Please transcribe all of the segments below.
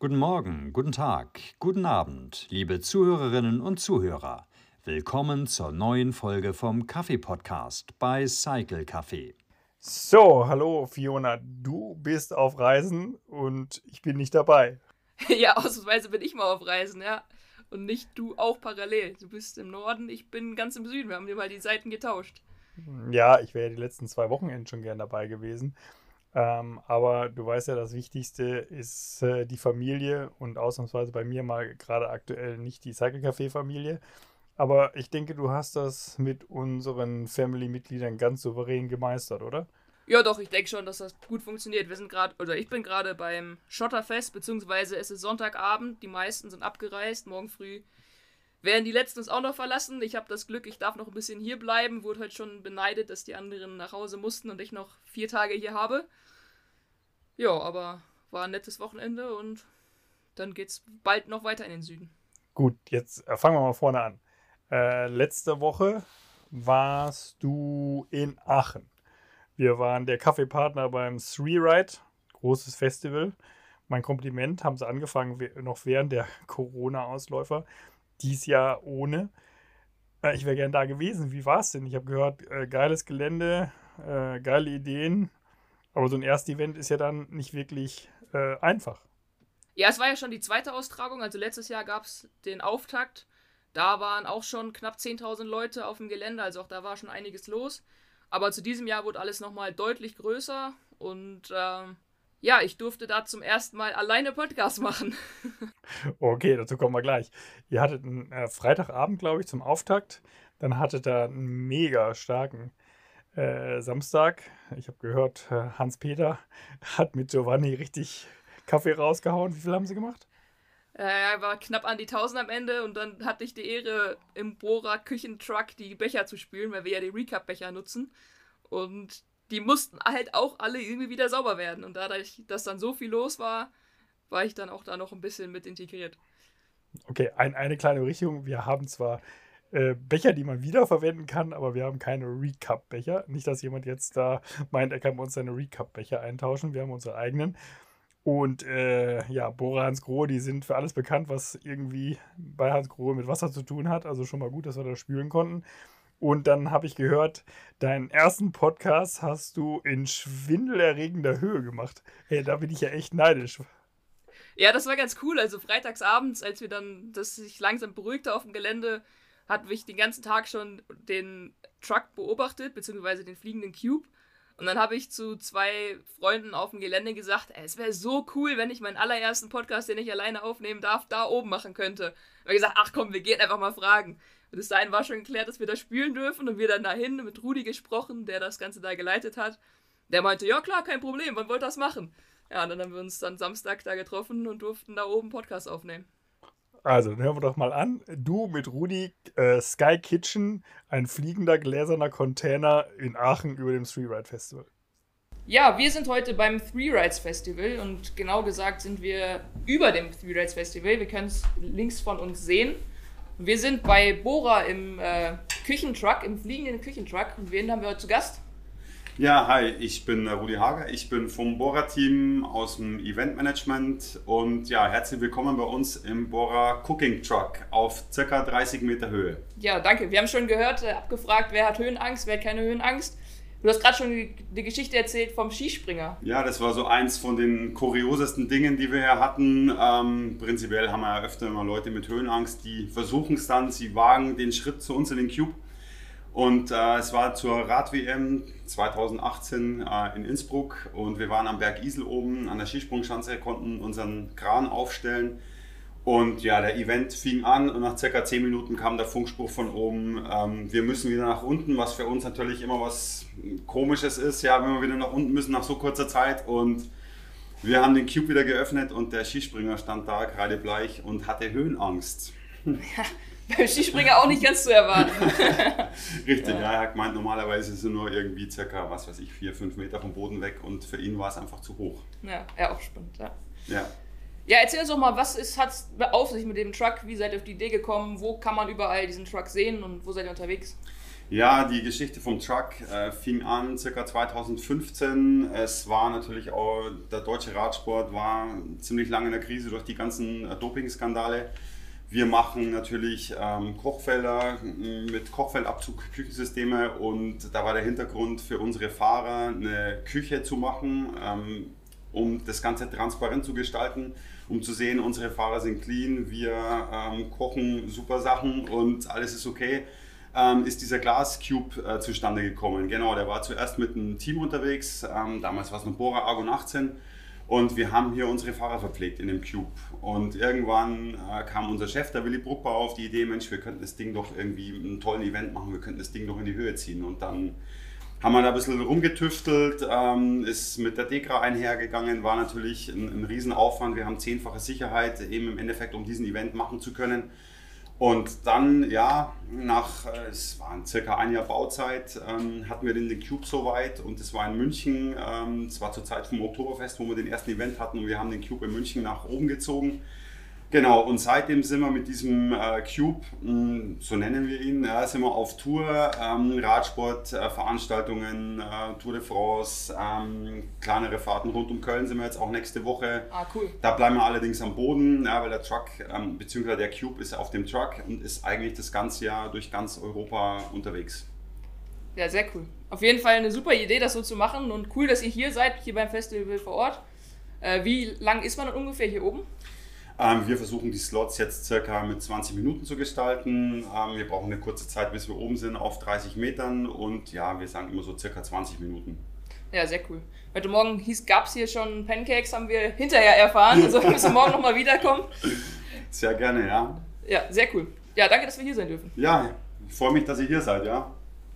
Guten Morgen, guten Tag, guten Abend, liebe Zuhörerinnen und Zuhörer. Willkommen zur neuen Folge vom Kaffee-Podcast bei Cycle Café. So, hallo Fiona, du bist auf Reisen und ich bin nicht dabei. Ja, ausnahmsweise bin ich mal auf Reisen, ja. Und nicht du auch parallel. Du bist im Norden, ich bin ganz im Süden. Wir haben dir mal die Seiten getauscht. Ja, ich wäre die letzten 2 Wochenenden schon gern dabei gewesen. Aber du weißt ja, das Wichtigste ist die Familie und ausnahmsweise bei mir mal gerade aktuell nicht die Cycle Café Familie. Aber ich denke, du hast das mit unseren Family-Mitgliedern ganz souverän gemeistert, oder? Ja, doch, ich denke schon, dass das gut funktioniert. Ich bin gerade beim Schotterfest, beziehungsweise es ist Sonntagabend. Die meisten sind abgereist. Morgen früh werden die letzten uns auch noch verlassen. Ich habe das Glück, ich darf noch ein bisschen hier bleiben. Wurde heute schon beneidet, dass die anderen nach Hause mussten und ich noch 4 Tage hier habe. Ja, aber war ein nettes Wochenende und dann geht's bald noch weiter in den Süden. Gut, jetzt fangen wir mal vorne an. Letzte Woche warst du in Aachen. Wir waren der Kaffeepartner beim Three Ride, großes Festival. Mein Kompliment, haben sie angefangen, noch während der Corona-Ausläufer. Dies Jahr ohne. Ich wäre gern da gewesen. Wie war es denn? Ich habe gehört, geiles Gelände, geile Ideen. Aber so ein Erstevent ist ja dann nicht wirklich einfach. Ja, es war ja schon die zweite Austragung. Also letztes Jahr gab es den Auftakt. Da waren auch schon knapp 10.000 Leute auf dem Gelände. Also auch da war schon einiges los. Aber zu diesem Jahr wurde alles nochmal deutlich größer. Und ja, ich durfte da zum ersten Mal alleine Podcast machen. Okay, dazu kommen wir gleich. Ihr hattet einen Freitagabend, glaube ich, zum Auftakt. Dann hattet ihr einen mega starken Samstag. Ich habe gehört, Hans-Peter hat mit Giovanni richtig Kaffee rausgehauen. Wie viel haben sie gemacht? War knapp an die 1.000 am Ende und dann hatte ich die Ehre, im Bohrer Küchentruck die Becher zu spülen, weil wir ja die Recap-Becher nutzen. Und die mussten halt auch alle irgendwie wieder sauber werden. Und dadurch, dass dann so viel los war, war ich dann auch da noch ein bisschen mit integriert. Okay, eine kleine Berichtigung. Wir haben zwar Becher, die man wiederverwenden kann, aber wir haben keine Recap-Becher. Nicht, dass jemand jetzt da meint, er kann bei uns seine Recap-Becher eintauschen. Wir haben unsere eigenen. Und ja, Bohrer Hans Grohe, die sind für alles bekannt, was irgendwie bei Hans Grohe mit Wasser zu tun hat. Also schon mal gut, dass wir das spülen konnten. Und dann habe ich gehört, deinen ersten Podcast hast du in schwindelerregender Höhe gemacht. Hey, da bin ich ja echt neidisch. Ja, das war ganz cool. Also freitagsabends, als wir dann das sich langsam beruhigte auf dem Gelände, hatten wir den ganzen Tag schon den Truck beobachtet, beziehungsweise den fliegenden Cube. Und dann habe ich zu 2 Freunden auf dem Gelände gesagt, es wäre so cool, wenn ich meinen allerersten Podcast, den ich alleine aufnehmen darf, da oben machen könnte. Und wir gesagt, ach komm, wir gehen einfach mal fragen. Und bis dahin war schon geklärt, dass wir da spielen dürfen und wir dann dahin mit Rudi gesprochen, der das Ganze da geleitet hat. Der meinte, ja klar, kein Problem, wann wollt ihr das machen? Ja, und dann haben wir uns dann Samstag da getroffen und durften da oben Podcast aufnehmen. Also, dann hören wir doch mal an. Du mit Rudi, Sky Kitchen, ein fliegender gläserner Container in Aachen über dem Three Ride Festival. Ja, wir sind heute beim Three Rides Festival und genau gesagt sind wir über dem Three Rides Festival. Wir können es links von uns sehen. Wir sind bei Bora im Küchentruck, im fliegenden Küchentruck. Und wen haben wir heute zu Gast? Ja, hi, ich bin Rudi Hager, ich bin vom Bora-Team aus dem Eventmanagement und ja, herzlich willkommen bei uns im Bora Cooking Truck auf ca. 30 Meter Höhe. Ja, danke. Wir haben schon gehört, abgefragt, wer hat Höhenangst, wer hat keine Höhenangst. Du hast gerade schon die Geschichte erzählt vom Skispringer. Ja, das war so eins von den kuriosesten Dingen, die wir hier hatten. Prinzipiell haben wir ja öfter immer Leute mit Höhenangst, die versuchen es dann, sie wagen den Schritt zu uns in den Cube. Und es war zur Rad-WM 2018 in Innsbruck und wir waren am Berg Isel oben an der Skisprungschanze, konnten unseren Kran aufstellen und ja, der Event fing an und nach ca. 10 Minuten kam der Funkspruch von oben, wir müssen wieder nach unten, was für uns natürlich immer was Komisches ist, ja, wenn wir wieder nach unten müssen nach so kurzer Zeit und wir haben den Cube wieder geöffnet und der Skispringer stand da kreidebleich und hatte Höhenangst. Ja. Beim Skispringer auch nicht ganz zu erwarten. Richtig, ja. Er hat gemeint, normalerweise ist er nur irgendwie circa, 4-5 Meter vom Boden weg und für ihn war es einfach zu hoch. Ja, auch spannend, ja. Ja, erzähl uns doch mal, was hat es auf sich mit dem Truck? Wie seid ihr auf die Idee gekommen? Wo kann man überall diesen Truck sehen und wo seid ihr unterwegs? Ja, die Geschichte vom Truck fing an ca. 2015. Es war natürlich auch, der deutsche Radsport war ziemlich lange in der Krise durch die ganzen Dopingskandale. Wir machen natürlich Kochfelder mit Kochfeldabzug, Küchensysteme, und da war der Hintergrund für unsere Fahrer, eine Küche zu machen, um das Ganze transparent zu gestalten, um zu sehen, unsere Fahrer sind clean, wir kochen super Sachen und alles ist okay. Ist dieser Glascube zustande gekommen. Genau, der war zuerst mit einem Team unterwegs, damals war es noch Bora Argon 18, und wir haben hier unsere Fahrer verpflegt in dem Cube. Und irgendwann kam unser Chef, der Willi Bruckbauer, auf die Idee, Mensch, wir könnten das Ding doch irgendwie einen tollen Event machen, wir könnten das Ding doch in die Höhe ziehen. Und dann haben wir da ein bisschen rumgetüftelt, ist mit der DEKRA einhergegangen, war natürlich ein Riesenaufwand. Wir haben 10-fache Sicherheit, eben im Endeffekt, um diesen Event machen zu können. Und dann, ja, es war circa ein Jahr Bauzeit, hatten wir den Cube soweit, und es war in München, es war zur Zeit vom Oktoberfest, wo wir den ersten Event hatten, und wir haben den Cube in München nach oben gezogen. Genau, und seitdem sind wir mit diesem Cube, so nennen wir ihn, sind wir auf Tour, Radsport, Veranstaltungen, Tour de France, kleinere Fahrten rund um Köln sind wir jetzt auch nächste Woche. Ah, cool. Da bleiben wir allerdings am Boden, weil der Truck, beziehungsweise der Cube ist auf dem Truck und ist eigentlich das ganze Jahr durch ganz Europa unterwegs. Ja, sehr cool. Auf jeden Fall eine super Idee, das so zu machen, und cool, dass ihr hier seid, hier beim Festival vor Ort. Wie lang ist man dann ungefähr hier oben? Wir versuchen die Slots jetzt circa mit 20 Minuten zu gestalten. Wir brauchen eine kurze Zeit, bis wir oben sind auf 30 Metern, und ja, wir sagen immer so circa 20 Minuten. Ja, sehr cool. Heute Morgen gab es hier schon Pancakes, haben wir hinterher erfahren, also müssen wir morgen nochmal wiederkommen. Sehr gerne, ja. Ja, sehr cool. Ja, danke, dass wir hier sein dürfen. Ja, ich freue mich, dass ihr hier seid, ja.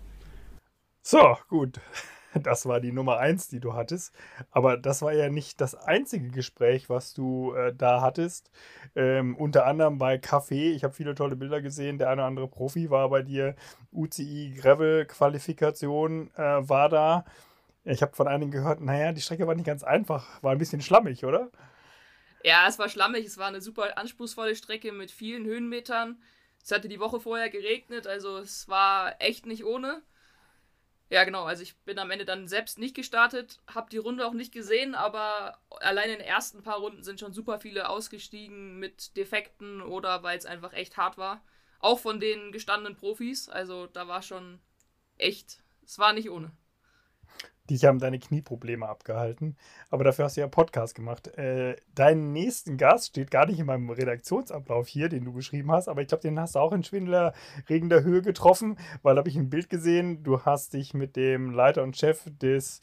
So, gut. Das war die Nummer 1, die du hattest. Aber das war ja nicht das einzige Gespräch, was du da hattest. Unter anderem bei Kaffee. Ich habe viele tolle Bilder gesehen. Der eine oder andere Profi war bei dir. UCI Gravel Qualifikation war da. Ich habe von einigen gehört, naja, die Strecke war nicht ganz einfach. War ein bisschen schlammig, oder? Ja, es war schlammig. Es war eine super anspruchsvolle Strecke mit vielen Höhenmetern. Es hatte die Woche vorher geregnet, also es war echt nicht ohne. Ja, genau, also ich bin am Ende dann selbst nicht gestartet, habe die Runde auch nicht gesehen, aber allein in den ersten paar Runden sind schon super viele ausgestiegen mit Defekten oder weil es einfach echt hart war. Auch von den gestandenen Profis, also da war schon echt, es war nicht ohne. Dich haben deine Knieprobleme abgehalten, aber dafür hast du ja einen Podcast gemacht. Deinen nächsten Gast steht gar nicht in meinem Redaktionsablauf hier, den du geschrieben hast, aber ich glaube, den hast du auch in schwindelerregender Höhe getroffen, weil da habe ich ein Bild gesehen, du hast dich mit dem Leiter und Chef des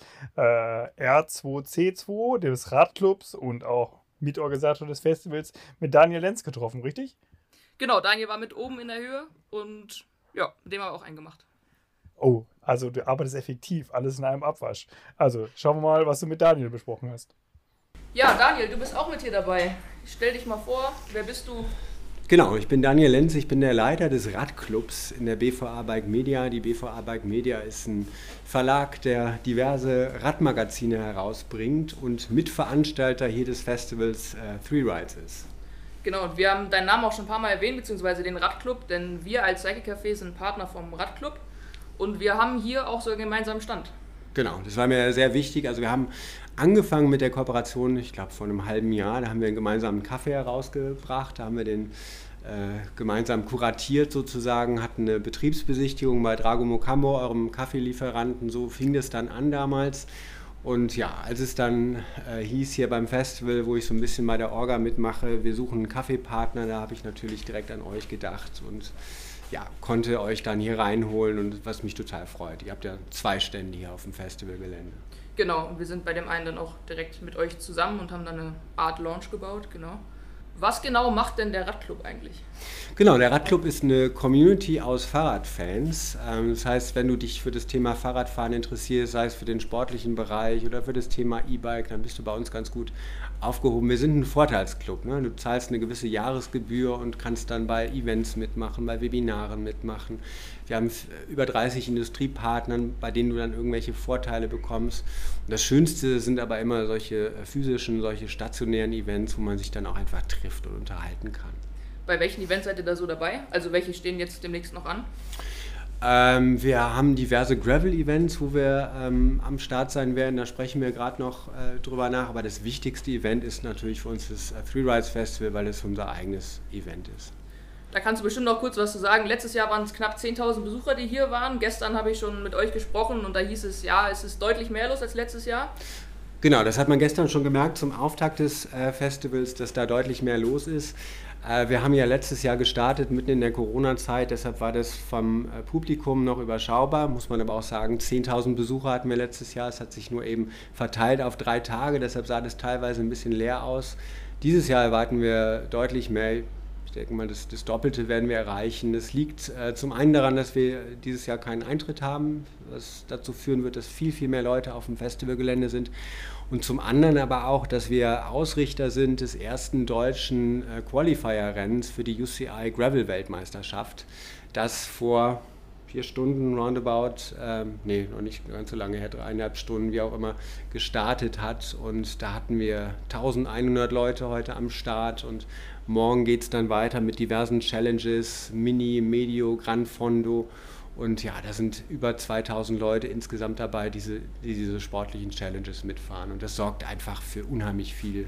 R2C2, des Radclubs und auch Mitorganisator des Festivals, mit Daniel Lenz getroffen, richtig? Genau, Daniel war mit oben in der Höhe und ja, mit dem haben wir auch einen gemacht. Oh, also du arbeitest effektiv, alles in einem Abwasch. Also, schauen wir mal, was du mit Daniel besprochen hast. Ja, Daniel, du bist auch mit hier dabei. Stell dich mal vor, wer bist du? Genau, ich bin Daniel Lenz, ich bin der Leiter des Radclubs in der BVA Bike Media. Die BVA Bike Media ist ein Verlag, der diverse Radmagazine herausbringt und Mitveranstalter hier des Festivals Three Rides ist. Genau, und wir haben deinen Namen auch schon ein paar Mal erwähnt, beziehungsweise den Radclub, denn wir als Cycle Café sind Partner vom Radclub. Und wir haben hier auch so einen gemeinsamen Stand. Genau, das war mir sehr wichtig. Also wir haben angefangen mit der Kooperation, ich glaube vor einem halben Jahr, da haben wir einen gemeinsamen Kaffee herausgebracht, da haben wir den gemeinsam kuratiert sozusagen, hatten eine Betriebsbesichtigung bei Drago Mocambo, eurem Kaffeelieferanten, so fing das dann an damals. Und ja, als es dann hieß hier beim Festival, wo ich so ein bisschen bei der Orga mitmache, wir suchen einen Kaffeepartner, da habe ich natürlich direkt an euch gedacht und ja, konnte euch dann hier reinholen, und was mich total freut. Ihr habt ja 2 Stände hier auf dem Festivalgelände. Genau, und wir sind bei dem einen dann auch direkt mit euch zusammen und haben dann eine Art Launch gebaut, genau. Was genau macht denn der Radclub eigentlich? Genau, der Radclub ist eine Community aus Fahrradfans. Das heißt, wenn du dich für das Thema Fahrradfahren interessierst, sei es für den sportlichen Bereich oder für das Thema E-Bike, dann bist du bei uns ganz gut aufgehoben. Wir sind ein Vorteilsclub, ne? Du zahlst eine gewisse Jahresgebühr und kannst dann bei Events mitmachen, bei Webinaren mitmachen. Wir haben über 30 Industriepartnern, bei denen du dann irgendwelche Vorteile bekommst. Und das Schönste sind aber immer solche physischen, solche stationären Events, wo man sich dann auch einfach trifft und unterhalten kann. Bei welchen Events seid ihr da so dabei? Also welche stehen jetzt demnächst noch an? Wir haben diverse Gravel-Events, wo wir am Start sein werden. Da sprechen wir gerade noch drüber nach. Aber das wichtigste Event ist natürlich für uns das Freerides Festival, weil es unser eigenes Event ist. Da kannst du bestimmt noch kurz was zu sagen. Letztes Jahr waren es knapp 10.000 Besucher, die hier waren. Gestern habe ich schon mit euch gesprochen und da hieß es, ja, es ist deutlich mehr los als letztes Jahr. Genau, das hat man gestern schon gemerkt zum Auftakt des Festivals, dass da deutlich mehr los ist. Wir haben ja letztes Jahr gestartet, mitten in der Corona-Zeit, deshalb war das vom Publikum noch überschaubar, muss man aber auch sagen, 10.000 Besucher hatten wir letztes Jahr, es hat sich nur eben verteilt auf 3 Tage, deshalb sah das teilweise ein bisschen leer aus. Dieses Jahr erwarten wir deutlich mehr, ich denke mal, das Doppelte werden wir erreichen. Das liegt zum einen daran, dass wir dieses Jahr keinen Eintritt haben, was dazu führen wird, dass viel, viel mehr Leute auf dem Festivalgelände sind. Und zum anderen aber auch, dass wir Ausrichter sind des ersten deutschen Qualifier-Rennens für die UCI Gravel-Weltmeisterschaft, das vor 4 Stunden roundabout, noch nicht ganz so lange her, 3,5 Stunden, wie auch immer, gestartet hat. Und da hatten wir 1.100 Leute heute am Start und morgen geht es dann weiter mit diversen Challenges, Mini, Medio, Gran Fondo. Und ja, da sind über 2.000 Leute insgesamt dabei, die diese sportlichen Challenges mitfahren. Und das sorgt einfach für unheimlich viel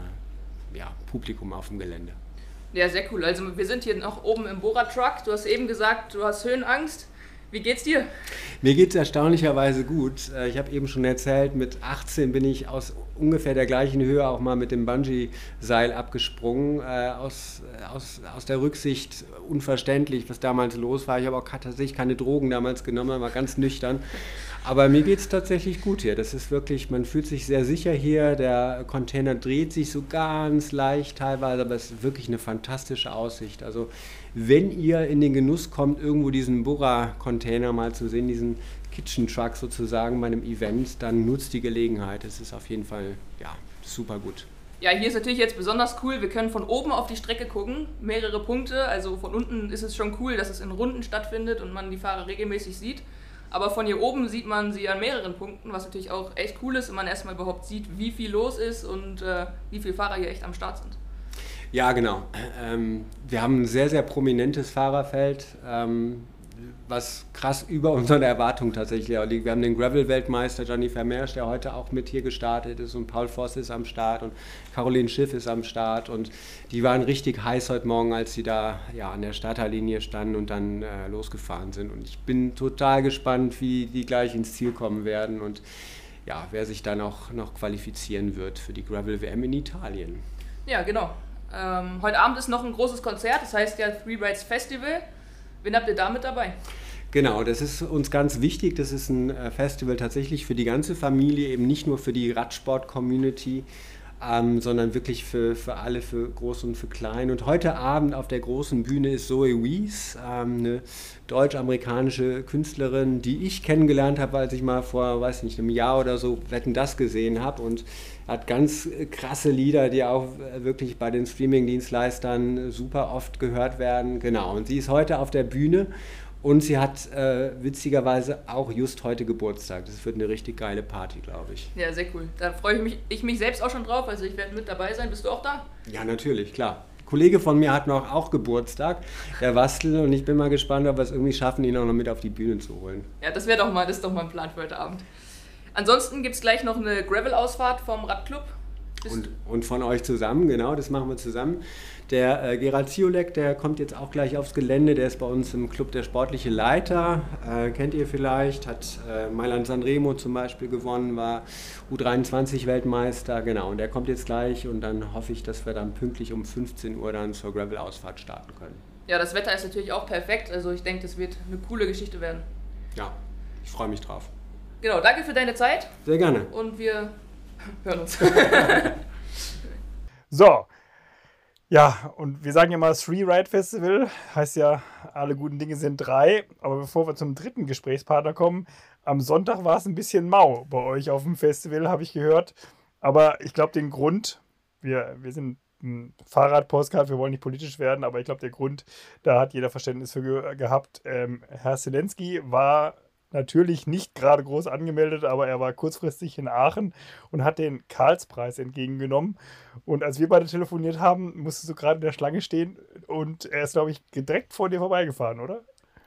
Publikum auf dem Gelände. Ja, sehr cool. Also wir sind hier noch oben im Bohrer-Truck. Du hast eben gesagt, du hast Höhenangst. Wie geht's dir? Mir geht's erstaunlicherweise gut. Ich habe eben schon erzählt, mit 18 bin ich aus ungefähr der gleichen Höhe auch mal mit dem Bungee-Seil abgesprungen. Aus der Rücksicht unverständlich, was damals los war. Ich habe auch tatsächlich keine Drogen damals genommen, war ganz nüchtern. Aber mir geht es tatsächlich gut hier. Das ist wirklich, man fühlt sich sehr sicher hier. Der Container dreht sich so ganz leicht teilweise, aber es ist wirklich eine fantastische Aussicht. Also wenn ihr in den Genuss kommt, irgendwo diesen Burra-Container mal zu sehen, diesen Kitchen Truck sozusagen bei einem Event, dann nutzt die Gelegenheit. Es ist auf jeden Fall super gut. Ja, hier ist natürlich jetzt besonders cool, wir können von oben auf die Strecke gucken, mehrere Punkte. Also von unten ist es schon cool, dass es in Runden stattfindet und man die Fahrer regelmäßig sieht. Aber von hier oben sieht man sie an mehreren Punkten, was natürlich auch echt cool ist, wenn man erstmal überhaupt sieht, wie viel los ist und wie viele Fahrer hier echt am Start sind. Ja, genau. Wir haben ein sehr, sehr prominentes Fahrerfeld, was krass über unseren Erwartungen tatsächlich liegt. Wir haben den Gravel-Weltmeister Gianni Vermeersch, der heute auch mit hier gestartet ist, und Paul Voss ist am Start und Caroline Schiff ist am Start, und die waren richtig heiß heute Morgen, als sie da an der Starterlinie standen und dann losgefahren sind. Und ich bin total gespannt, wie die gleich ins Ziel kommen werden und wer sich dann auch noch qualifizieren wird für die Gravel-WM in Italien. Ja, genau. Heute Abend ist noch ein großes Konzert, das heißt ja Freerides Festival. Wen habt ihr da mit dabei? Genau, das ist uns ganz wichtig. Das ist ein Festival tatsächlich für die ganze Familie, eben nicht nur für die Radsport-Community, sondern wirklich für alle, für Groß und für Klein. Und heute Abend auf der großen Bühne ist Zoe Wies, eine deutsch-amerikanische Künstlerin, die ich kennengelernt habe, als ich mal vor, einem Jahr oder so Wetten, das gesehen habe, und hat ganz krasse Lieder, die auch wirklich bei den Streaming-Dienstleistern super oft gehört werden. Genau, und sie ist heute auf der Bühne. Und sie hat witzigerweise auch just heute Geburtstag. Das wird eine richtig geile Party, glaube ich. Ja, sehr cool. Da freue ich mich selbst auch schon drauf. Also ich werde mit dabei sein. Bist du auch da? Ja, natürlich, klar. Ein Kollege von mir hat noch auch Geburtstag, der Wastel. Und ich bin mal gespannt, ob wir es irgendwie schaffen, ihn auch noch mit auf die Bühne zu holen. Ja, das ist doch mal ein Plan für heute Abend. Ansonsten gibt es gleich noch eine Gravel-Ausfahrt vom Radclub. Und von euch zusammen, genau, das machen wir zusammen. Der Gerald Ziolek, der kommt jetzt auch gleich aufs Gelände, der ist bei uns im Club der sportliche Leiter, kennt ihr vielleicht, hat Mailand Sanremo zum Beispiel gewonnen, war U23-Weltmeister, genau, und der kommt jetzt gleich, und dann hoffe ich, dass wir dann pünktlich um 15 Uhr dann zur Gravel-Ausfahrt starten können. Ja, das Wetter ist natürlich auch perfekt, also ich denke, das wird eine coole Geschichte werden. Ja, ich freue mich drauf. Genau, danke für deine Zeit. Sehr gerne. Und wir hören uns. So. Ja, und wir sagen ja mal, das Freeride Festival heißt ja, alle guten Dinge sind 3. Aber bevor wir zum dritten Gesprächspartner kommen, am Sonntag war es ein bisschen mau bei euch auf dem Festival, habe ich gehört. Aber ich glaube, den Grund, wir sind ein Fahrrad-Postcard, wir wollen nicht politisch werden, aber ich glaube, der Grund, da hat jeder Verständnis für gehabt. Herr Zelensky war natürlich nicht gerade groß angemeldet, aber er war kurzfristig in Aachen und hat den Karlspreis entgegengenommen. Und als wir beide telefoniert haben, musstest du gerade in der Schlange stehen und er ist, glaube ich, direkt vor dir vorbeigefahren, oder?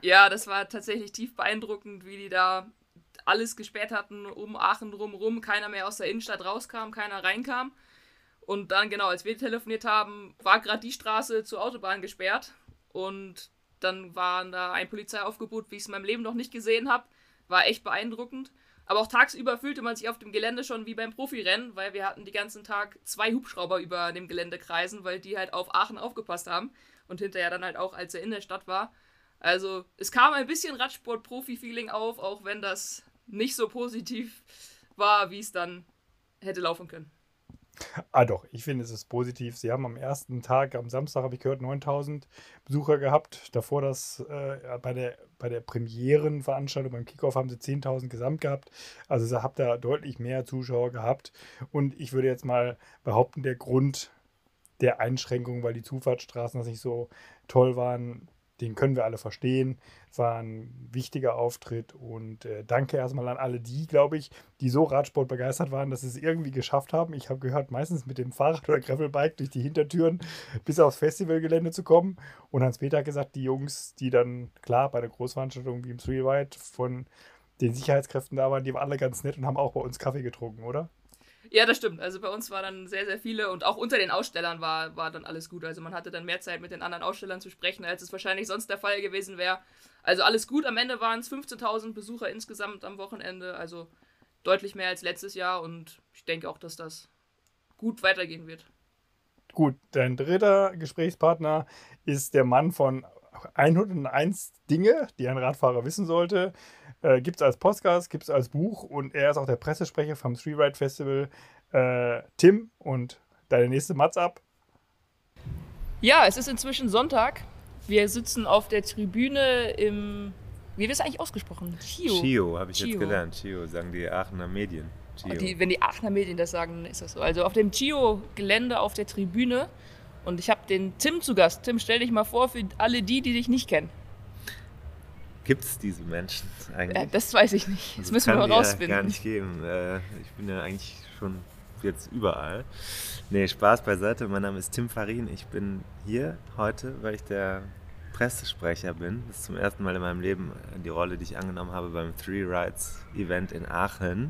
Ja, das war tatsächlich tief beeindruckend, wie die da alles gesperrt hatten, um Aachen drumherum, keiner mehr aus der Innenstadt rauskam, keiner reinkam. Und dann, genau, als wir telefoniert haben, war gerade die Straße zur Autobahn gesperrt. Und dann war da ein Polizeiaufgebot, wie ich es in meinem Leben noch nicht gesehen habe. War echt beeindruckend. Aber auch tagsüber fühlte man sich auf dem Gelände schon wie beim Profirennen, weil wir hatten den ganzen Tag 2 Hubschrauber über dem Gelände kreisen, weil die halt auf Aachen aufgepasst haben. Und hinterher dann halt auch, als er in der Stadt war. Also es kam ein bisschen Radsport-Profi-Feeling auf, auch wenn das nicht so positiv war, wie es dann hätte laufen können. Doch, ich finde, es ist positiv. Sie haben am ersten Tag, am Samstag, habe ich gehört, 9000 Besucher gehabt. Davor bei der Premierenveranstaltung, beim Kickoff, haben sie 10.000 gesamt gehabt. Also sie habt da deutlich mehr Zuschauer gehabt. Und ich würde jetzt mal behaupten, der Grund der Einschränkung, weil die Zufahrtsstraßen das nicht so toll waren, den können wir alle verstehen. Es war ein wichtiger Auftritt und danke erstmal an alle die, glaube ich, die so Radsport begeistert waren, dass sie es irgendwie geschafft haben. Ich habe gehört, meistens mit dem Fahrrad oder Gravelbike durch die Hintertüren bis aufs Festivalgelände zu kommen. Und Hans-Peter hat gesagt, die Jungs, die dann, klar, bei der Großveranstaltung wie im Freeride von den Sicherheitskräften da waren, die waren alle ganz nett und haben auch bei uns Kaffee getrunken, oder? Ja, das stimmt. Also bei uns war dann sehr, sehr viele und auch unter den Ausstellern war dann alles gut. Also man hatte dann mehr Zeit mit den anderen Ausstellern zu sprechen, als es wahrscheinlich sonst der Fall gewesen wäre. Also alles gut. Am Ende waren es 15.000 Besucher insgesamt am Wochenende. Also deutlich mehr als letztes Jahr und ich denke auch, dass das gut weitergehen wird. Gut, dein dritter Gesprächspartner ist der Mann von 101 Dinge, die ein Radfahrer wissen sollte. Gibt es als Podcast, gibt es als Buch und er ist auch der Pressesprecher vom Freeride Festival. Tim, und deine nächste Mats ab. Ja, es ist inzwischen Sonntag. Wir sitzen auf der Tribüne im, wie wird es eigentlich ausgesprochen? Chio, habe ich jetzt gelernt. Chio, sagen die Aachener Medien. Wenn die Aachener Medien das sagen, ist das so. Also auf dem Chio-Gelände auf der Tribüne. Und ich habe den Tim zu Gast. Tim, stell dich mal vor für alle die dich nicht kennen. Gibt es diese Menschen eigentlich? Das weiß ich nicht. Das müssen wir mal rausfinden. Gar nicht geben. Ich bin ja eigentlich schon jetzt überall. Nee, Spaß beiseite. Mein Name ist Tim Farin. Ich bin hier heute, weil ich der Pressesprecher bin. Das ist zum ersten Mal in meinem Leben die Rolle, die ich angenommen habe beim Three Rides Event in Aachen.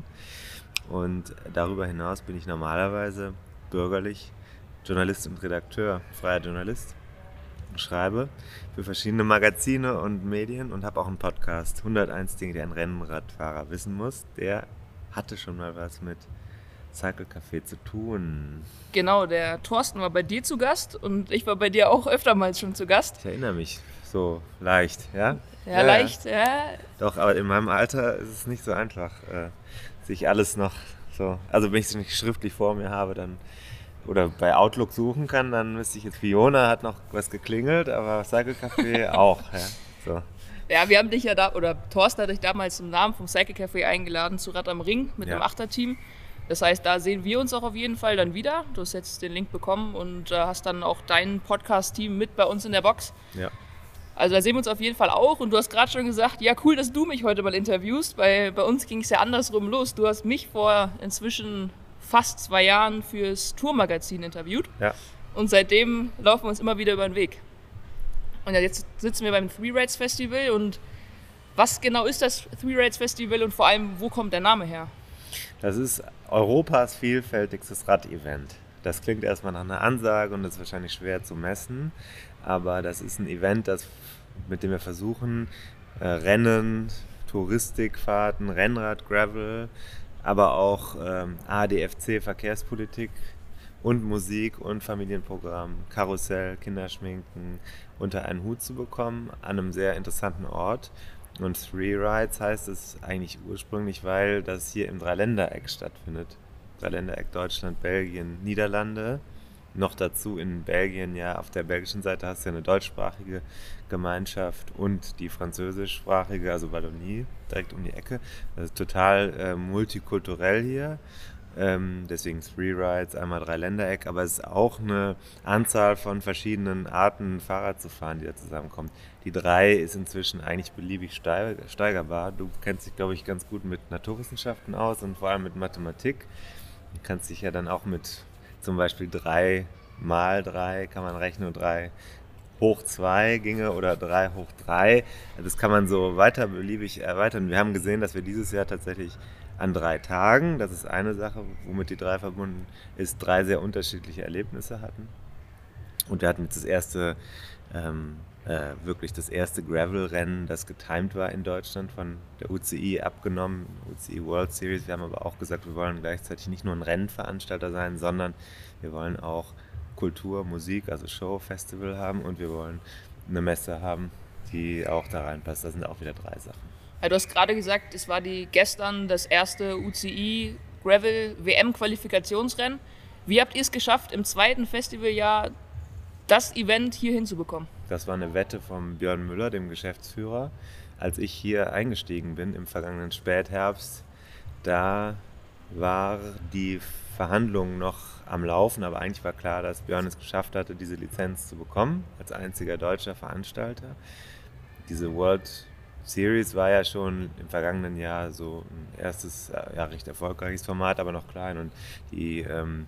Und darüber hinaus bin ich normalerweise bürgerlich Journalist und Redakteur, freier Journalist. Schreibe für verschiedene Magazine und Medien und habe auch einen Podcast, 101 Dinge, die ein Rennradfahrer wissen muss. Der hatte schon mal was mit Cycle Café zu tun. Genau, der Thorsten war bei dir zu Gast und ich war bei dir auch öftermals schon zu Gast. Ich erinnere mich so leicht, ja? Ja, leicht, ja. Doch, aber in meinem Alter ist es nicht so einfach, sich alles noch so, also wenn ich es nicht schriftlich vor mir habe, dann oder bei Outlook suchen kann, dann müsste ich jetzt, Fiona hat noch was geklingelt, aber Cycle Café auch. Ja, so. Ja, wir haben dich ja da, oder Thorsten hat dich damals im Namen vom Cycle Café eingeladen zu Rad am Ring mit einem Achterteam. Das heißt, da sehen wir uns auch auf jeden Fall dann wieder. Du hast jetzt den Link bekommen und hast dann auch dein Podcast-Team mit bei uns in der Box. Ja. Also da sehen wir uns auf jeden Fall auch. Und du hast gerade schon gesagt, ja cool, dass du mich heute mal interviewst, weil bei uns ging es ja andersrum los. Du hast mich vor inzwischen fast 2 Jahren fürs Tourmagazin interviewt. Ja. Und seitdem laufen wir uns immer wieder über den Weg. Und ja, jetzt sitzen wir beim Three Rides Festival. Und was genau ist das Three Rides Festival und vor allem, wo kommt der Name her? Das ist Europas vielfältigstes Rad-Event. Das klingt erstmal nach einer Ansage und ist wahrscheinlich schwer zu messen. Aber das ist ein Event, mit dem wir versuchen, Rennen, Touristikfahrten, Rennrad, Gravel, aber auch ADFC, Verkehrspolitik und Musik und Familienprogramm, Karussell, Kinderschminken unter einen Hut zu bekommen, an einem sehr interessanten Ort. Und Three Rides heißt es eigentlich ursprünglich, weil das hier im Dreiländereck stattfindet. Dreiländereck Deutschland, Belgien, Niederlande. Noch dazu in Belgien, ja, auf der belgischen Seite hast du ja eine deutschsprachige Gemeinschaft und die französischsprachige, also Wallonie, direkt um die Ecke. Das ist total multikulturell hier. Deswegen Three Rides, einmal Dreiländereck, aber es ist auch eine Anzahl von verschiedenen Arten, Fahrrad zu fahren, die da zusammenkommen. Die 3 ist inzwischen eigentlich beliebig steigerbar. Du kennst dich, glaube ich, ganz gut mit Naturwissenschaften aus und vor allem mit Mathematik. Du kannst dich ja dann auch mit zum Beispiel 3 mal 3 kann man rechnen und 3 hoch 2 ginge oder 3 hoch 3. Das kann man so weiter beliebig erweitern. Wir haben gesehen, dass wir dieses Jahr tatsächlich an 3 Tagen, das ist eine Sache, womit die 3 verbunden ist, 3 sehr unterschiedliche Erlebnisse hatten. Und wir hatten jetzt wirklich das erste Gravel-Rennen, das getimed war in Deutschland von der UCI abgenommen, UCI World Series. Wir haben aber auch gesagt, wir wollen gleichzeitig nicht nur ein Rennveranstalter sein, sondern wir wollen auch Kultur, Musik, also Show, Festival haben und wir wollen eine Messe haben, die auch da reinpasst. Das sind auch wieder 3 Sachen. Ja, du hast gerade gesagt, es war gestern das erste UCI Gravel WM-Qualifikationsrennen. Wie habt ihr es geschafft, im zweiten Festivaljahr das Event hier hinzubekommen? Das war eine Wette von Björn Müller, dem Geschäftsführer. Als ich hier eingestiegen bin im vergangenen Spätherbst, da war die Verhandlung noch am Laufen, aber eigentlich war klar, dass Björn es geschafft hatte, diese Lizenz zu bekommen, als einziger deutscher Veranstalter. Diese World Series war ja schon im vergangenen Jahr so ein erstes, recht erfolgreiches Format, aber noch klein. Und die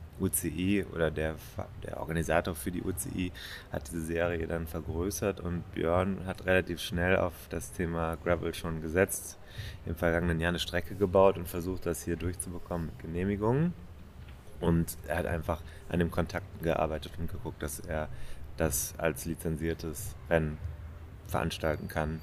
UCI oder der Organisator für die UCI hat diese Serie dann vergrößert und Björn hat relativ schnell auf das Thema Gravel schon gesetzt. Im vergangenen Jahr eine Strecke gebaut und versucht, das hier durchzubekommen mit Genehmigungen. Und er hat einfach an dem Kontakt gearbeitet und geguckt, dass er das als lizenziertes Rennen veranstalten kann.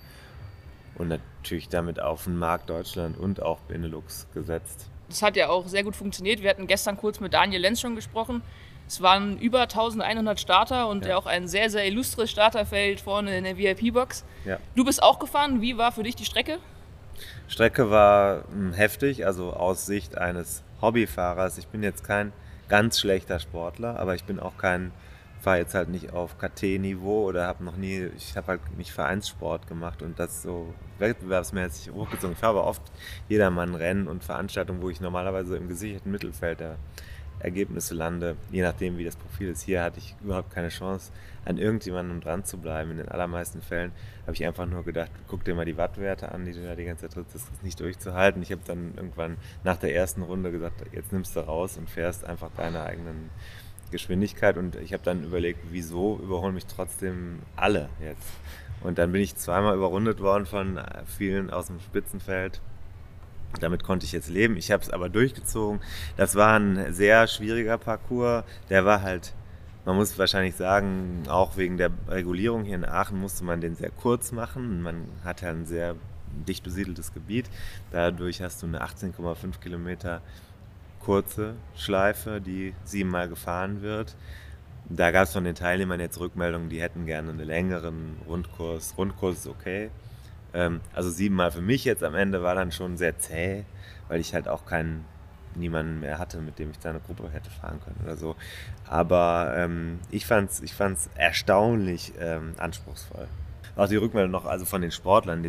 Und natürlich damit auf den Markt Deutschland und auch Benelux gesetzt. Das hat ja auch sehr gut funktioniert. Wir hatten gestern kurz mit Daniel Lenz schon gesprochen. Es waren über 1100 Starter und ja auch ein sehr, sehr illustres Starterfeld vorne in der VIP-Box. Ja. Du bist auch gefahren. Wie war für dich die Strecke? Strecke war heftig, also aus Sicht eines Hobbyfahrers. Ich bin jetzt kein ganz schlechter Sportler, aber ich bin auch fahre jetzt halt nicht auf KT-Niveau oder ich habe halt nicht Vereinssport gemacht und das so wettbewerbsmäßig hochgezogen. Ich fahre aber oft Jedermann-Rennen und Veranstaltungen, wo ich normalerweise im gesicherten Mittelfeld der Ergebnisse lande, je nachdem wie das Profil ist. Hier hatte ich überhaupt keine Chance, an irgendjemandem dran zu bleiben. In den allermeisten Fällen habe ich einfach nur gedacht, guck dir mal die Wattwerte an, die du da die ganze Zeit trittst, das ist nicht durchzuhalten. Ich habe dann irgendwann nach der ersten Runde gesagt, jetzt nimmst du raus und fährst einfach deine eigenen Geschwindigkeit und ich habe dann überlegt, wieso überholen mich trotzdem alle jetzt. Und dann bin ich zweimal überrundet worden von vielen aus dem Spitzenfeld. Damit konnte ich jetzt leben. Ich habe es aber durchgezogen. Das war ein sehr schwieriger Parcours. Der war halt, man muss wahrscheinlich sagen, auch wegen der Regulierung hier in Aachen musste man den sehr kurz machen. Man hat ja ein sehr dicht besiedeltes Gebiet. Dadurch hast du eine 18,5 Kilometer kurze Schleife, die 7-mal gefahren wird. Da gab es von den Teilnehmern jetzt Rückmeldungen, die hätten gerne einen längeren Rundkurs. Rundkurs ist okay. Also 7-mal für mich jetzt am Ende war dann schon sehr zäh, weil ich halt auch niemanden mehr hatte, mit dem ich da eine Gruppe hätte fahren können oder so. Aber ich fand's erstaunlich anspruchsvoll. Auch die Rückmeldung noch also von den Sportlern,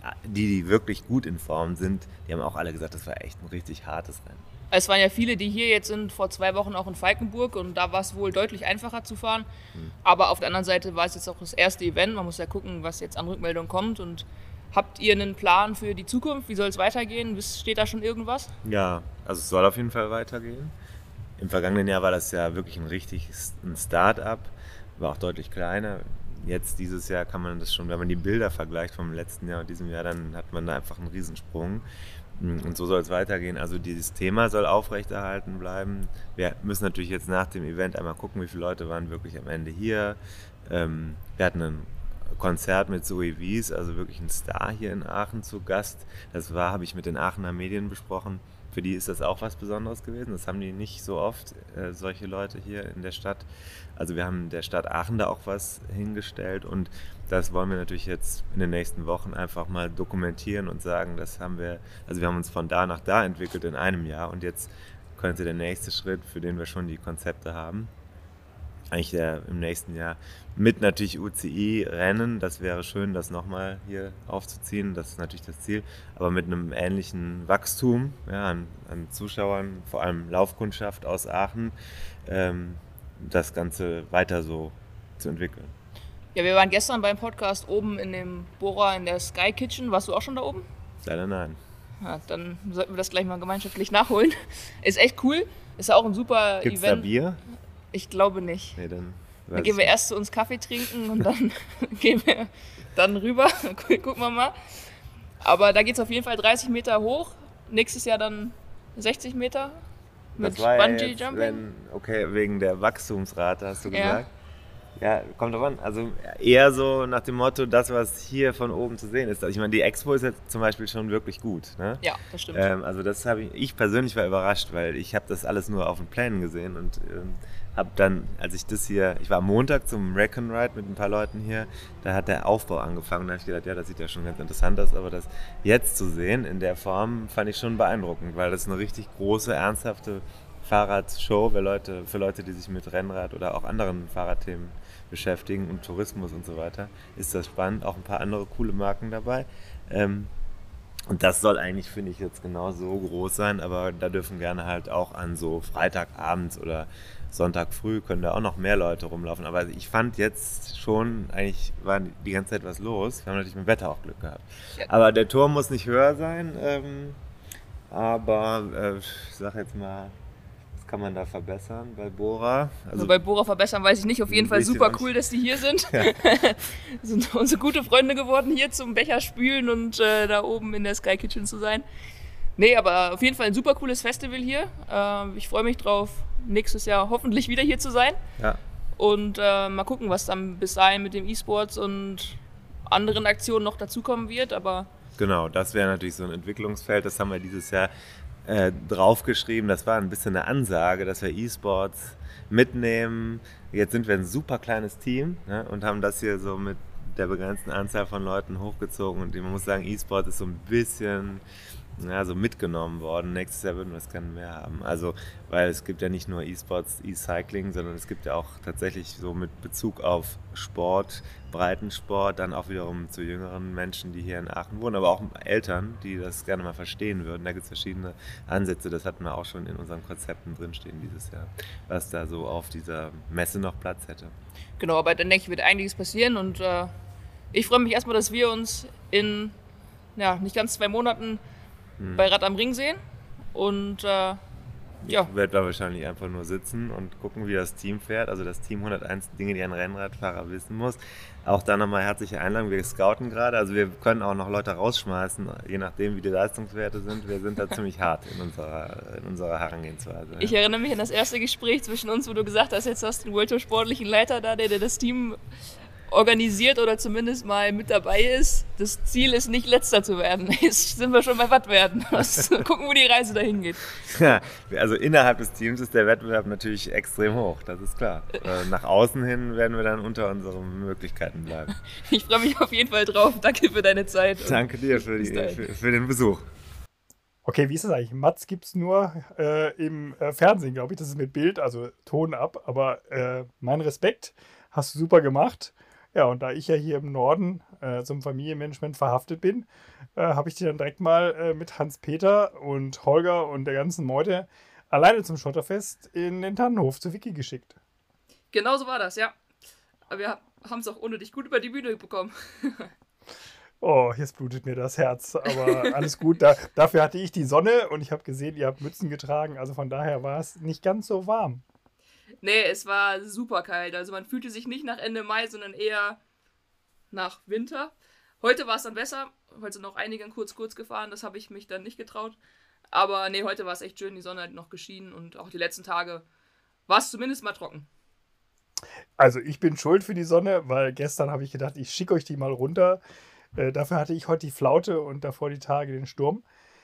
die wirklich gut in Form sind, die haben auch alle gesagt, das war echt ein richtig hartes Rennen. Es waren ja viele, die hier jetzt sind, vor 2 Wochen auch in Falkenburg und da war es wohl deutlich einfacher zu fahren. Aber auf der anderen Seite war es jetzt auch das erste Event. Man muss ja gucken, was jetzt an Rückmeldungen kommt. Und habt ihr einen Plan für die Zukunft? Wie soll es weitergehen? Steht da schon irgendwas? Ja, also es soll auf jeden Fall weitergehen. Im vergangenen Jahr war das ja wirklich ein Start-up, war auch deutlich kleiner. Jetzt dieses Jahr kann man das schon, wenn man die Bilder vergleicht vom letzten Jahr und diesem Jahr, dann hat man da einfach einen Riesensprung. Und so soll es weitergehen. Also dieses Thema soll aufrechterhalten bleiben. Wir müssen natürlich jetzt nach dem Event einmal gucken, wie viele Leute waren wirklich am Ende hier. Wir hatten ein Konzert mit Zoe Wies, also wirklich ein Star hier in Aachen zu Gast. Das habe ich mit den Aachener Medien besprochen. Für die ist das auch was Besonderes gewesen. Das haben die nicht so oft, solche Leute hier in der Stadt. Also wir haben der Stadt Aachen da auch was hingestellt und das wollen wir natürlich jetzt in den nächsten Wochen einfach mal dokumentieren und sagen, wir haben uns von da nach da entwickelt in einem Jahr und jetzt könnte der nächste Schritt, für den wir schon die Konzepte haben, eigentlich im nächsten Jahr mit natürlich UCI-Rennen, das wäre schön, das nochmal hier aufzuziehen, das ist natürlich das Ziel, aber mit einem ähnlichen Wachstum an Zuschauern, vor allem Laufkundschaft aus Aachen, das Ganze weiter so zu entwickeln. Ja, wir waren gestern beim Podcast oben in dem Bohrer in der Sky Kitchen. Warst du auch schon da oben? Leider nein. Ja, dann sollten wir das gleich mal gemeinschaftlich nachholen. Ist echt cool. Ist ja auch ein super Gibt's Event. Da Bier? Ich glaube nicht. Nee, dann Dann gehen wir erst zu uns Kaffee trinken und dann gehen wir dann rüber. Gucken wir mal. Aber da geht es auf jeden Fall 30 Meter hoch. Nächstes Jahr dann 60 Meter mit Bungee-Jumping. Okay, wegen der Wachstumsrate hast du gesagt. Ja, kommt drauf an. Also eher so nach dem Motto, das, was hier von oben zu sehen ist. Also ich meine, die Expo ist jetzt zum Beispiel schon wirklich gut. Ne? Ja, das stimmt. Also das habe ich persönlich war überrascht, weil ich habe das alles nur auf den Plänen gesehen und habe dann, als ich war am Montag zum Recon Ride mit ein paar Leuten hier, da hat der Aufbau angefangen. Da habe ich gedacht, ja, das sieht ja schon ganz interessant aus, aber das jetzt zu sehen in der Form fand ich schon beeindruckend, weil das eine richtig große, ernsthafte Fahrradshow für Leute, die sich mit Rennrad oder auch anderen Fahrradthemen beschäftigen und Tourismus und so weiter, ist das spannend. Auch ein paar andere coole Marken dabei. Und das soll eigentlich, finde ich, jetzt genau so groß sein, aber da dürfen gerne halt auch an so Freitagabends oder Sonntag früh können da auch noch mehr Leute rumlaufen. Aber ich fand jetzt schon, eigentlich war die ganze Zeit was los. Wir haben natürlich mit dem Wetter auch Glück gehabt. Ja. Aber der Turm muss nicht höher sein. Ich sag jetzt mal, was kann man da verbessern bei Bora? Also bei Bora verbessern weiß ich nicht. Auf jeden Fall super cool, dass die hier sind. Ja. Sind unsere gute Freunde geworden, hier zum Becher spülen und da oben in der Sky Kitchen zu sein. Nee, aber auf jeden Fall ein super cooles Festival hier. Ich freue mich drauf, nächstes Jahr hoffentlich wieder hier zu sein. Ja. Und mal gucken, was dann bis dahin mit dem E-Sports und anderen Aktionen noch dazukommen wird. Aber genau, das wäre natürlich so ein Entwicklungsfeld. Das haben wir dieses Jahr draufgeschrieben. Das war ein bisschen eine Ansage, dass wir E-Sports mitnehmen. Jetzt sind wir ein super kleines Team, ne, und haben das hier so mit der begrenzten Anzahl von Leuten hochgezogen. Und man muss sagen, E-Sport ist so ein bisschen so mitgenommen worden. Nächstes Jahr würden wir es gerne mehr haben. Also, weil es gibt ja nicht nur E-Sports, E-Cycling, sondern es gibt ja auch tatsächlich so mit Bezug auf Sport, Breitensport, dann auch wiederum zu jüngeren Menschen, die hier in Aachen wohnen, aber auch Eltern, die das gerne mal verstehen würden. Da gibt es verschiedene Ansätze, das hatten wir auch schon in unseren Konzepten drinstehen dieses Jahr, was da so auf dieser Messe noch Platz hätte. Genau, aber dann denke ich, wird einiges passieren und ich freue mich erstmal, dass wir uns in nicht ganz 2 Monaten bei Rad am Ring sehen und Ich werde da wahrscheinlich einfach nur sitzen und gucken, wie das Team fährt. Also das Team 101 Dinge, die ein Rennradfahrer wissen muss. Auch da nochmal herzliche Einladung. Wir scouten gerade. Also wir können auch noch Leute rausschmeißen, je nachdem, wie die Leistungswerte sind. Wir sind da ziemlich hart in unserer Herangehensweise. Ich erinnere mich an das erste Gespräch zwischen uns, wo du gesagt hast, jetzt hast du einen World Tour sportlichen Leiter da, der das Team organisiert oder zumindest mal mit dabei ist. Das Ziel ist nicht Letzter zu werden. Jetzt sind wir schon bei Wattwerten. Gucken, wo die Reise dahin geht. Ja, also innerhalb des Teams ist der Wettbewerb natürlich extrem hoch, das ist klar. Nach außen hin werden wir dann unter unseren Möglichkeiten bleiben. Ich freue mich auf jeden Fall drauf. Danke für deine Zeit. Danke dir für den Besuch. Okay, wie ist das eigentlich? Mats gibt es nur im Fernsehen, glaube ich. Das ist mit Bild, also Ton ab. Aber mein Respekt, hast du super gemacht. Ja, und da ich ja hier im Norden zum Familienmanagement verhaftet bin, habe ich die dann direkt mal mit Hans-Peter und Holger und der ganzen Meute alleine zum Schotterfest in den Tannenhof zu Vicky geschickt. Genau so war das, ja. Aber wir haben es auch ohne dich gut über die Bühne bekommen. Oh, jetzt blutet mir das Herz, aber alles gut. Dafür hatte ich die Sonne und ich habe gesehen, ihr habt Mützen getragen, also von daher war es nicht ganz so warm. Nee, es war super kalt. Also man fühlte sich nicht nach Ende Mai, sondern eher nach Winter. Heute war es dann besser. Heute sind noch einige kurz gefahren. Das habe ich mich dann nicht getraut. Aber nee, heute war es echt schön. Die Sonne hat noch geschienen und auch die letzten Tage war es zumindest mal trocken. Also ich bin schuld für die Sonne, weil gestern habe ich gedacht, ich schicke euch die mal runter. Dafür hatte ich heute die Flaute und davor die Tage den Sturm.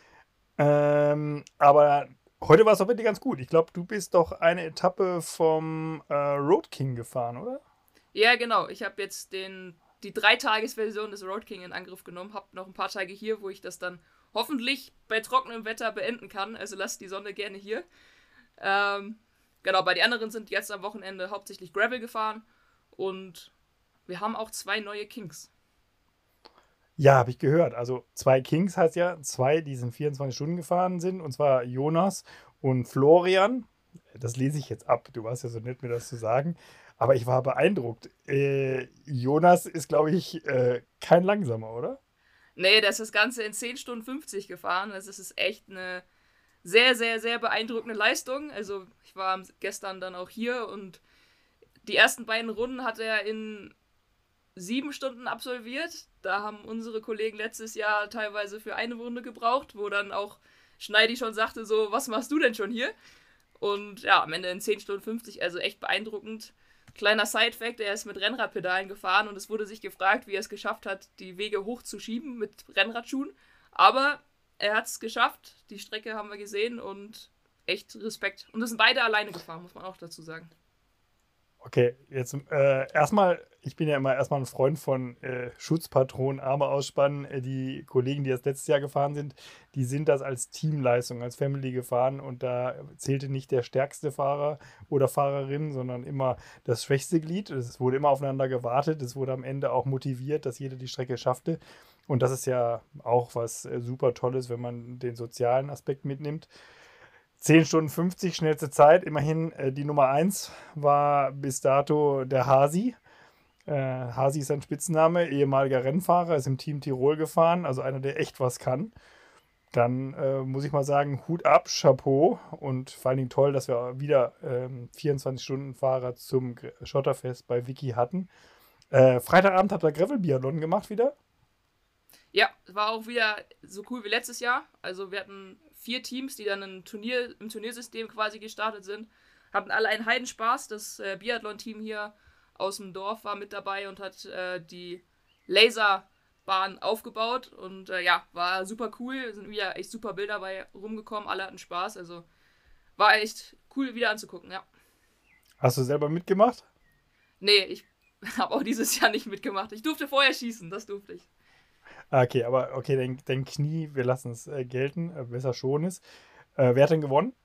Aber heute war es auch wirklich ganz gut. Ich glaube, du bist doch eine Etappe vom Road King gefahren, oder? Ja, genau. Ich habe jetzt die 3-Tages-Version des Road King in Angriff genommen. Habe noch ein paar Tage hier, wo ich das dann hoffentlich bei trockenem Wetter beenden kann. Also lasst die Sonne gerne hier. Genau, bei den anderen sind jetzt am Wochenende hauptsächlich Gravel gefahren. Und wir haben auch 2 neue Kings. Ja, habe ich gehört. Also 2 Kings heißt ja 2, die sind 24 Stunden gefahren sind. Und zwar Jonas und Florian. Das lese ich jetzt ab. Du warst ja so nett, mir das zu sagen. Aber ich war beeindruckt. Jonas ist, glaube ich, kein Langsamer, oder? Nee, der ist das Ganze in 10 Stunden 50 gefahren. Also es ist echt eine sehr, sehr, sehr beeindruckende Leistung. Also ich war gestern dann auch hier und die ersten beiden Runden hat er in 7 Stunden absolviert. Da haben unsere Kollegen letztes Jahr teilweise für eine Runde gebraucht, wo dann auch Schneidi schon sagte so, was machst du denn schon hier? Und ja, am Ende in 10 Stunden 50, also echt beeindruckend. Kleiner Side-Fact, er ist mit Rennradpedalen gefahren und es wurde sich gefragt, wie er es geschafft hat, die Wege hochzuschieben mit Rennradschuhen. Aber er hat es geschafft, die Strecke haben wir gesehen und echt Respekt. Und es sind beide alleine gefahren, muss man auch dazu sagen. Okay, jetzt erstmal, ich bin ja immer erstmal ein Freund von Schutzpatronen, Arme ausspannen. Die Kollegen, die das letztes Jahr gefahren sind, die sind das als Teamleistung, als Family gefahren und da zählte nicht der stärkste Fahrer oder Fahrerin, sondern immer das schwächste Glied. Es wurde immer aufeinander gewartet, es wurde am Ende auch motiviert, dass jeder die Strecke schaffte. Und das ist ja auch was super Tolles, wenn man den sozialen Aspekt mitnimmt. 10 Stunden 50, schnellste Zeit. Immerhin die Nummer 1 war bis dato der Hasi. Hasi ist ein Spitzname, ehemaliger Rennfahrer, ist im Team Tirol gefahren, also einer, der echt was kann. Dann muss ich mal sagen, Hut ab, Chapeau und vor allen Dingen toll, dass wir wieder 24-Stunden-Fahrer zum Schotterfest bei Vicky hatten. Freitagabend habt ihr Gravel-Biathlon gemacht wieder? Ja, war auch wieder so cool wie letztes Jahr. Also wir hatten 4 Teams, die dann im Turniersystem quasi gestartet sind. Hatten alle einen Heidenspaß. Das Biathlon-Team hier aus dem Dorf war mit dabei und hat die Laserbahn aufgebaut. Und ja, war super cool. Sind wieder echt super Bilder bei rumgekommen. Alle hatten Spaß. Also war echt cool wieder anzugucken, ja. Hast du selber mitgemacht? Nee, ich habe auch dieses Jahr nicht mitgemacht. Ich durfte vorher schießen, das durfte ich. Okay, aber okay, dein Knie, wir lassen es gelten, besser schon ist. Wer hat denn gewonnen?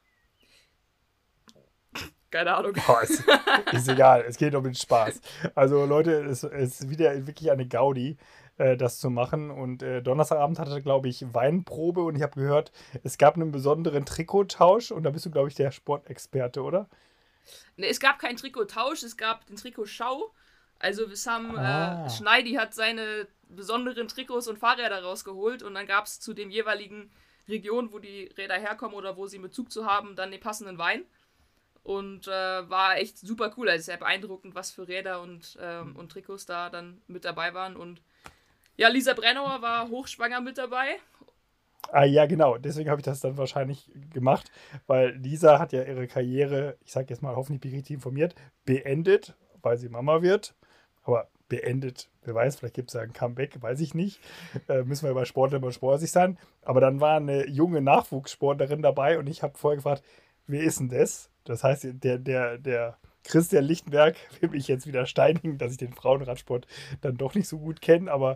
Keine Ahnung. Oh, ist egal, es geht um den Spaß. Also Leute, es ist wieder wirklich eine Gaudi, das zu machen. Und Donnerstagabend hatte, glaube ich, Weinprobe und ich habe gehört, es gab einen besonderen Trikottausch und da bist du, glaube ich, der Sportexperte, oder? Ne, es gab keinen Trikottausch, es gab den Trikotschau. Also Schneidi hat seine besonderen Trikots und Fahrräder rausgeholt und dann gab es zu den jeweiligen Regionen, wo die Räder herkommen oder wo sie einen Bezug zu haben, dann den passenden Wein. Und war echt super cool. Also sehr beeindruckend, was für Räder und Trikots da dann mit dabei waren. Und ja, Lisa Brennauer war hochschwanger mit dabei. Ah ja, genau. Deswegen habe ich das dann wahrscheinlich gemacht, weil Lisa hat ja ihre Karriere, ich sage jetzt mal, hoffentlich bin ich richtig informiert, beendet, weil sie Mama wird. Aber beendet, wer weiß, vielleicht gibt es ja ein Comeback, weiß ich nicht. Müssen wir bei Sportler immer vorsichtig sein. Aber dann war eine junge Nachwuchssportlerin dabei und ich habe vorher gefragt, wer ist denn das? Das heißt, der Christian Lichtenberg will mich jetzt wieder steinigen, dass ich den Frauenradsport dann doch nicht so gut kenne. Aber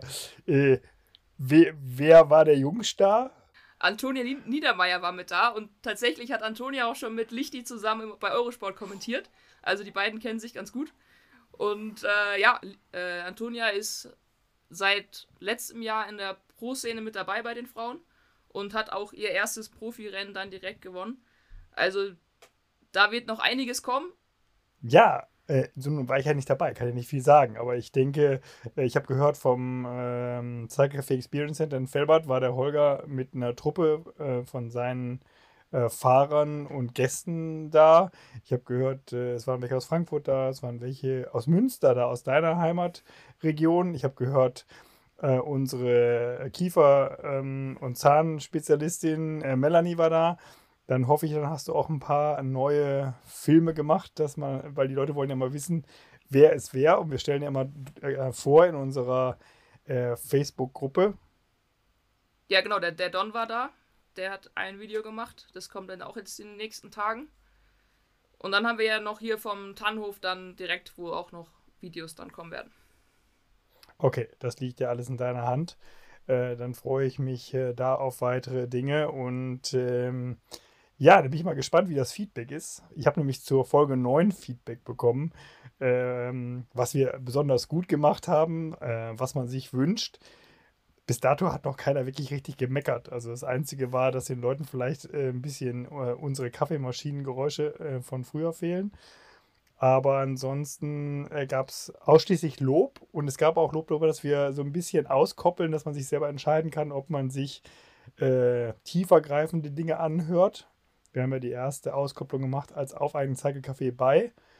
wer war der Jungstar? Antonia Niedermeyer war mit da und tatsächlich hat Antonia auch schon mit Lichti zusammen bei Eurosport kommentiert. Also die beiden kennen sich ganz gut. Und Antonia ist seit letztem Jahr in der Pro-Szene mit dabei bei den Frauen und hat auch ihr erstes Profirennen dann direkt gewonnen. Also da wird noch einiges kommen. Ja, so nun war ich ja nicht dabei, kann ich nicht viel sagen, aber ich denke, ich habe gehört vom Cycle Café Experience Center in Velbert war der Holger mit einer Truppe von seinen Fahrern und Gästen da. Ich habe gehört, es waren welche aus Frankfurt da, es waren welche aus Münster da, aus deiner Heimatregion. Ich habe gehört, unsere Kiefer- und Zahnspezialistin Melanie war da. Dann hoffe ich, dann hast du auch ein paar neue Filme gemacht, weil die Leute wollen ja mal wissen, wer ist wer. Und wir stellen ja mal vor in unserer Facebook-Gruppe. Ja, genau, der Don war da. Der hat ein Video gemacht. Das kommt dann auch jetzt in den nächsten Tagen. Und dann haben wir ja noch hier vom Tannhof dann direkt, wo auch noch Videos dann kommen werden. Okay, das liegt ja alles in deiner Hand. Dann freue ich mich da auf weitere Dinge und ja, da bin ich mal gespannt, wie das Feedback ist. Ich habe nämlich zur Folge 9 Feedback bekommen, was wir besonders gut gemacht haben, was man sich wünscht. Bis dato hat noch keiner wirklich richtig gemeckert. Also das Einzige war, dass den Leuten vielleicht ein bisschen unsere Kaffeemaschinengeräusche von früher fehlen. Aber ansonsten gab es ausschließlich Lob und es gab auch Lob darüber, dass wir so ein bisschen auskoppeln, dass man sich selber entscheiden kann, ob man sich tiefergreifende Dinge anhört. Wir haben ja die erste Auskopplung gemacht als auf einen Cycle Café bei.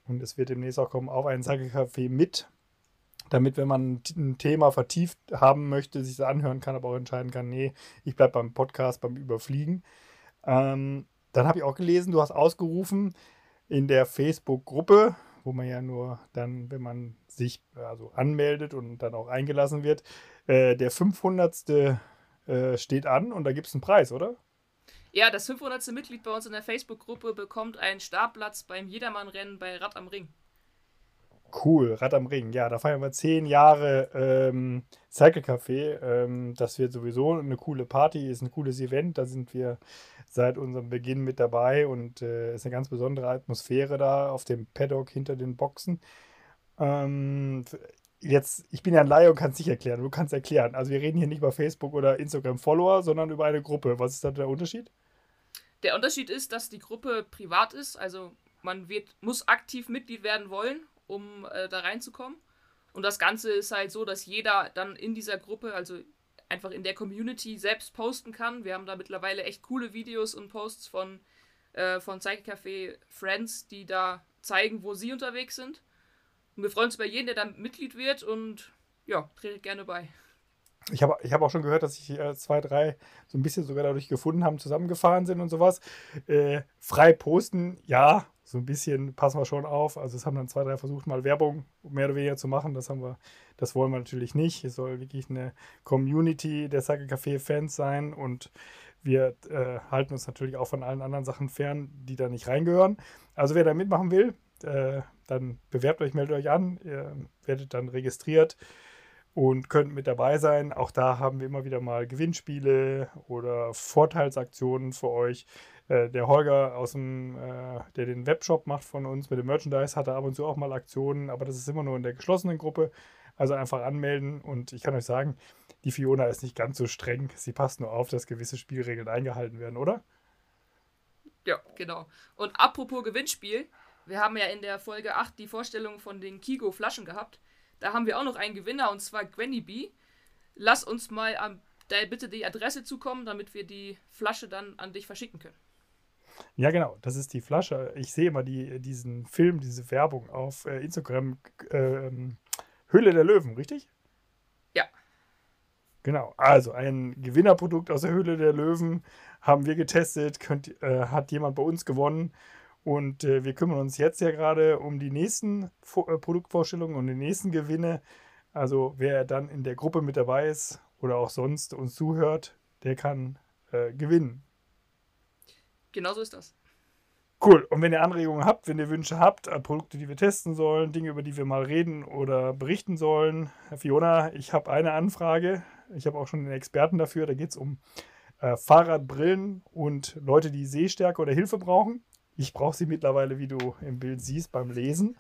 Und es wird demnächst auch kommen auf einen Cycle-Café mit, damit, wenn man ein Thema vertieft haben möchte, sich das anhören kann, aber auch entscheiden kann, nee, ich bleibe beim Podcast, beim Überfliegen. Dann habe ich auch gelesen, du hast ausgerufen in der Facebook-Gruppe, wo man ja nur dann, wenn man sich anmeldet und dann auch eingelassen wird, der 500. Steht an und da gibt es einen Preis, oder? Ja, das 500. Mitglied bei uns in der Facebook-Gruppe bekommt einen Startplatz beim Jedermann-Rennen bei Rad am Ring. Cool, Rad am Ring. Ja, da feiern wir 10 Jahre Cycle Café. Das wird sowieso eine coole Party, ist ein cooles Event. Da sind wir seit unserem Beginn mit dabei und ist eine ganz besondere Atmosphäre da auf dem Paddock hinter den Boxen. Jetzt, ich bin ja ein Laie und kann es nicht erklären. Du kannst erklären. Also wir reden hier nicht über Facebook oder Instagram Follower, sondern über eine Gruppe. Was ist da der Unterschied? Der Unterschied ist, dass die Gruppe privat ist. Also man muss aktiv Mitglied werden wollen, um da reinzukommen. Und das Ganze ist halt so, dass jeder dann in dieser Gruppe, also einfach in der Community selbst posten kann. Wir haben da mittlerweile echt coole Videos und Posts von Cycle Café Friends, die da zeigen, wo sie unterwegs sind. Und wir freuen uns über jeden, der dann Mitglied wird und ja, tretet gerne bei. Ich hab auch schon gehört, dass sich 2, 3 so ein bisschen sogar dadurch gefunden haben, zusammengefahren sind und sowas. Frei posten, ja, so ein bisschen passen wir schon auf. Also es haben dann 2, 3 versucht, mal Werbung mehr oder weniger zu machen. Das wollen wir natürlich nicht. Es soll wirklich eine Community der Cycle Café Fans sein und wir halten uns natürlich auch von allen anderen Sachen fern, die da nicht reingehören. Also wer da mitmachen will, dann bewerbt euch, meldet euch an, ihr werdet dann registriert und könnt mit dabei sein. Auch da haben wir immer wieder mal Gewinnspiele oder Vorteilsaktionen für euch. Der Holger der den Webshop macht von uns mit dem Merchandise, hat ab und zu auch mal Aktionen, aber das ist immer nur in der geschlossenen Gruppe. Also einfach anmelden und ich kann euch sagen, die Fiona ist nicht ganz so streng. Sie passt nur auf, dass gewisse Spielregeln eingehalten werden, oder? Ja, genau. Und apropos Gewinnspiel, wir haben ja in der Folge 8 die Vorstellung von den Kigo-Flaschen gehabt. Da haben wir auch noch einen Gewinner, und zwar Gwenny B. Lass uns mal bitte die Adresse zukommen, damit wir die Flasche dann an dich verschicken können. Ja, genau, das ist die Flasche. Ich sehe immer diesen Film, diese Werbung auf Instagram, Höhle der Löwen, richtig? Ja. Genau, also ein Gewinnerprodukt aus der Höhle der Löwen haben wir getestet, hat jemand bei uns gewonnen. Und wir kümmern uns jetzt ja gerade um die nächsten Produktvorstellungen und die nächsten Gewinne. Also wer dann in der Gruppe mit dabei ist oder auch sonst uns zuhört, der kann gewinnen. Genau so ist das. Cool. Und wenn ihr Anregungen habt, wenn ihr Wünsche habt, Produkte, die wir testen sollen, Dinge, über die wir mal reden oder berichten sollen. Fiona, ich habe eine Anfrage. Ich habe auch schon einen Experten dafür. Da geht es um Fahrradbrillen und Leute, die Sehstärke oder Hilfe brauchen. Ich brauche sie mittlerweile, wie du im Bild siehst, beim Lesen.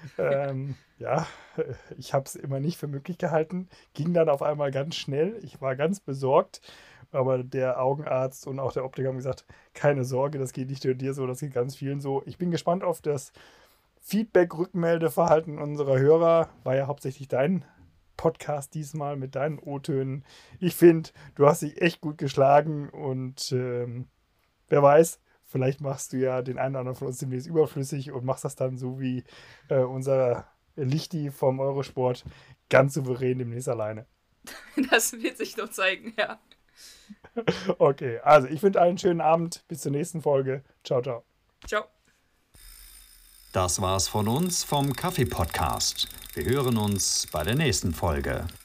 Ja, ich habe es immer nicht für möglich gehalten. Ging dann auf einmal ganz schnell. Ich war ganz besorgt. Aber der Augenarzt und auch der Optiker haben gesagt, keine Sorge, das geht nicht nur dir so, das geht ganz vielen so. Ich bin gespannt auf das Feedback-Rückmeldeverhalten unserer Hörer. War ja hauptsächlich dein Podcast diesmal mit deinen O-Tönen. Ich finde, du hast dich echt gut geschlagen und wer weiß, vielleicht machst du ja den einen oder anderen von uns demnächst überflüssig und machst das dann so wie unser Lichti vom Eurosport ganz souverän demnächst alleine. Das wird sich noch zeigen, ja. Okay, also ich wünsche allen einen schönen Abend. Bis zur nächsten Folge. Ciao, ciao. Ciao. Das war's von uns vom Kaffee-Podcast. Wir hören uns bei der nächsten Folge.